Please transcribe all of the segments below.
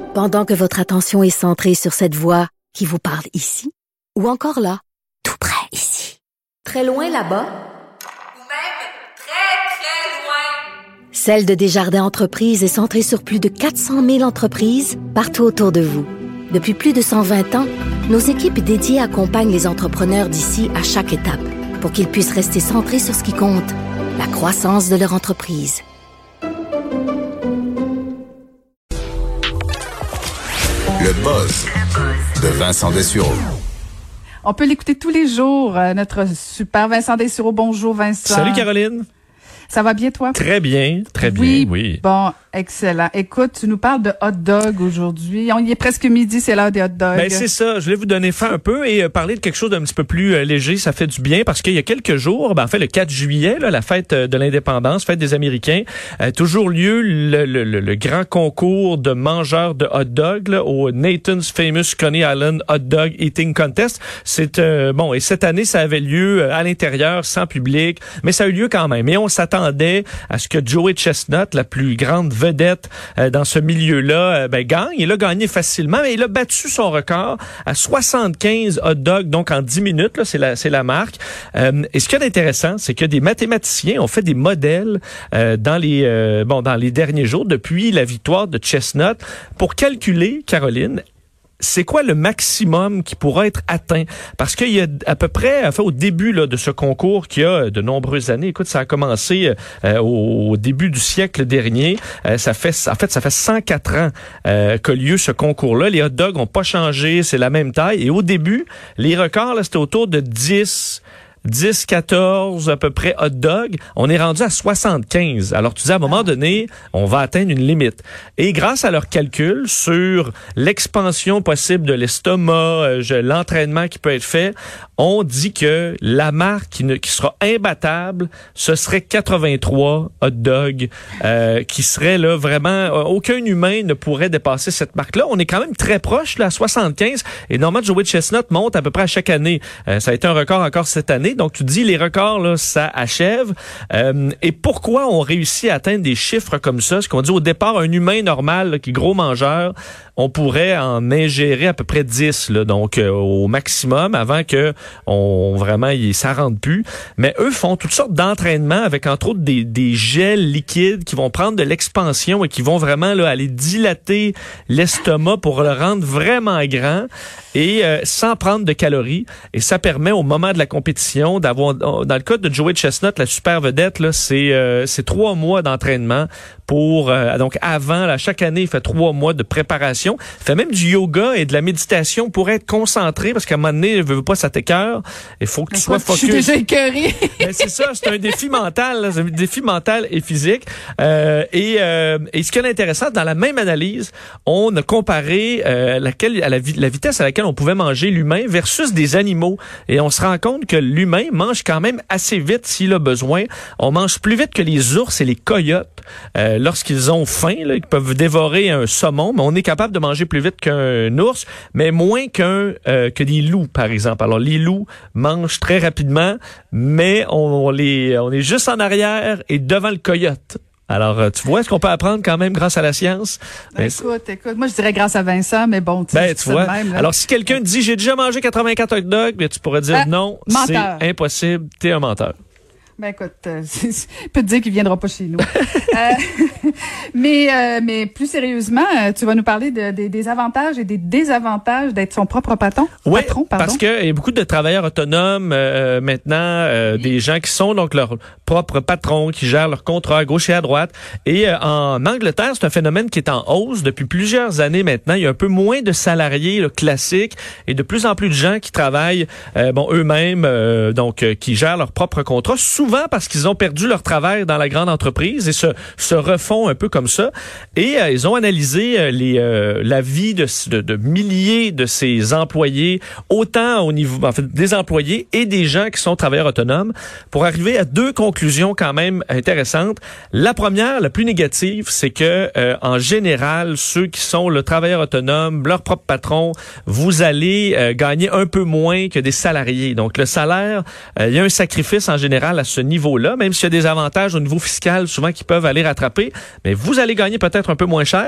Pendant que votre attention est centrée sur cette voix qui vous parle ici, ou encore là, tout près ici, très loin là-bas, ou même très, très loin. Celle de Desjardins Entreprises est centrée sur plus de 400 000 entreprises partout autour de vous. Depuis plus de 120 ans, nos équipes dédiées accompagnent les entrepreneurs d'ici à chaque étape pour qu'ils puissent rester centrés sur ce qui compte, la croissance de leur entreprise. Le buzz de Vincent Dessureau. On peut l'écouter tous les jours, notre super Vincent Dessureau. Bonjour Vincent. Salut Caroline. Ça va bien toi? Très bien, très bien, oui. Bon, excellent. Écoute, tu nous parles de hot dog aujourd'hui. Il est presque midi, c'est l'heure des hot dogs. Ben c'est ça, je voulais vous donner faim un peu et parler de quelque chose d'un petit peu plus léger, ça fait du bien parce qu'il y a quelques jours, en fait le 4 juillet, là, la fête de l'indépendance, fête des Américains, toujours lieu le grand concours de mangeurs de hot dog là, au Nathan's Famous Coney Island Hot Dog Eating Contest. C'est bon, et cette année ça avait lieu à l'intérieur sans public, mais ça a eu lieu quand même et on s'attendait à ce que Joey Chestnut, la plus grande vedette dans ce milieu-là, gagne. Il a gagné facilement, mais il a battu son record à 75 hot dogs, donc en 10 minutes. Là, c'est la marque. Et ce qui est intéressant, c'est que des mathématiciens ont fait des modèles dans les derniers jours, depuis la victoire de Chestnut, pour calculer, Caroline, c'est quoi le maximum qui pourra être atteint? Parce qu'il y a à peu près, enfin, au début là, de ce concours qui a de nombreuses années, écoute, ça a commencé au début du siècle dernier. Ça fait 104 ans qu'a lieu ce concours-là. Les hot dogs n'ont pas changé, c'est la même taille. Et au début, les records, là, c'était autour de 10, 14 à peu près hot dogs. On est rendu à 75. Alors tu dis à un moment donné, on va atteindre une limite. Et grâce à leurs calculs sur l'expansion possible de l'estomac, l'entraînement qui peut être fait, on dit que la marque qui sera imbattable, ce serait 83 hot dogs qui serait là vraiment aucun humain ne pourrait dépasser cette marque-là. On est quand même très proche là à 75 et normalement Joey Chestnut monte à peu près à chaque année. Ça a été un record encore cette année. Donc, tu dis, les records, là, ça achève. Et pourquoi on réussit à atteindre des chiffres comme ça? Ce qu'on dit au départ, un humain normal, là, qui est gros mangeur, on pourrait en ingérer à peu près 10, là, donc au maximum, avant que ça rentre plus. Mais eux font toutes sortes d'entraînements avec, entre autres, des gels liquides qui vont prendre de l'expansion et qui vont vraiment là, aller dilater l'estomac pour le rendre vraiment grand et sans prendre de calories. Et ça permet, au moment de la compétition, d'avoir, dans le cas de Joey Chestnut, la super vedette, là, c'est 3 mois d'entraînement pour, donc avant, là, chaque année, il fait 3 mois de préparation. Il fait même du yoga et de la méditation pour être concentré parce qu'à un moment donné, il veut pas ça t'écœure. Il faut que tu sois focus. Je suis déjà écœurée. Ben, c'est ça, c'est un défi mental, là, c'est un défi mental et physique. Et ce qui est intéressant, dans la même analyse, on a comparé la vitesse à laquelle on pouvait manger l'humain versus des animaux. Et on se rend compte que l'humain mange quand même assez vite s'il a besoin. On mange plus vite que les ours et les coyotes. Lorsqu'ils ont faim, là, ils peuvent dévorer un saumon, mais on est capable de manger plus vite qu'un ours, mais moins que des loups, par exemple. Alors, les loups mangent très rapidement, mais on est juste en arrière et devant le coyote. Alors, tu vois, est-ce qu'on peut apprendre quand même grâce à la science? Écoute, moi je dirais grâce à Vincent, mais bon, tu vois. Même, alors, si quelqu'un dit « j'ai déjà mangé 84 hot dogs », ben, tu pourrais dire « non, menteur. C'est impossible, t'es un menteur ». Ben écoute, je peux te dire qu'il viendra pas chez nous. Mais plus sérieusement, tu vas nous parler des avantages et des désavantages d'être son propre patron. Oui, parce que il y a beaucoup de travailleurs autonomes maintenant, des gens qui sont donc leur propre patron, qui gèrent leur contrat à gauche et à droite. Et en Angleterre, c'est un phénomène qui est en hausse depuis plusieurs années maintenant. Il y a un peu moins de salariés classiques et de plus en plus de gens qui travaillent eux-mêmes, qui gèrent leur propre contrat. Souvent parce qu'ils ont perdu leur travail dans la grande entreprise et se refont un peu comme ça. Et ils ont analysé la vie de milliers de ces employés, autant au niveau des employés et des gens qui sont travailleurs autonomes, pour arriver à 2 conclusions quand même intéressantes. La première, la plus négative, c'est que en général, ceux qui sont le travailleur autonome, leur propre patron, vous allez gagner un peu moins que des salariés. Donc le salaire, il y a un sacrifice en général à ce niveau-là, même s'il y a des avantages au niveau fiscal souvent qui peuvent aller rattraper, mais vous allez gagner peut-être un peu moins cher.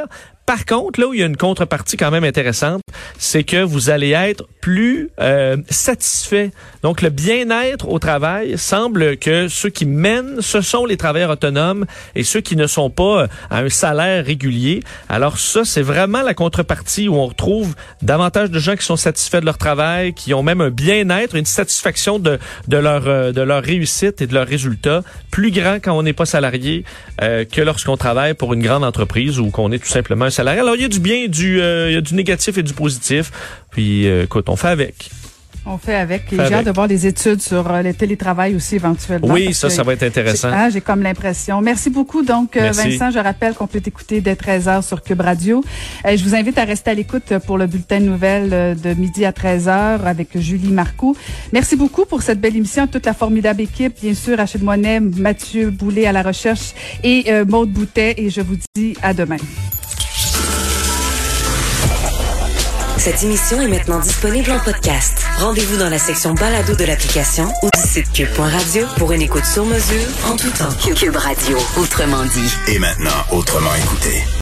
Par contre, là où il y a une contrepartie quand même intéressante, c'est que vous allez être plus satisfait. Donc, le bien-être au travail semble que ceux qui mènent, ce sont les travailleurs autonomes et ceux qui ne sont pas à un salaire régulier. Alors ça, c'est vraiment la contrepartie où on retrouve davantage de gens qui sont satisfaits de leur travail, qui ont même un bien-être, une satisfaction de leur réussite et de leurs résultats plus grand quand on n'est pas salarié que lorsqu'on travaille pour une grande entreprise ou qu'on est tout simplement un salarié. Alors, il y a du bien, il y a du négatif et du positif. Puis, écoute, on fait avec. On fait avec. Et j'ai hâte de voir les études sur le télétravail aussi éventuellement. Oui, ça va être intéressant. J'ai comme l'impression. Merci beaucoup. Donc, Merci. Vincent, je rappelle qu'on peut t'écouter dès 13h sur Cube Radio. Je vous invite à rester à l'écoute pour le bulletin de nouvelles de midi à 13h avec Julie Marcoux. Merci beaucoup pour cette belle émission. Toute la formidable équipe. Bien sûr, Achille Moinet, Mathieu Boulay à la recherche et Maude Boutet. Et je vous dis à demain. Cette émission est maintenant disponible en podcast. Rendez-vous dans la section balado de l'application ou du site cube.radio pour une écoute sur mesure en tout temps. Cube Radio, autrement dit. Et maintenant, autrement écouté.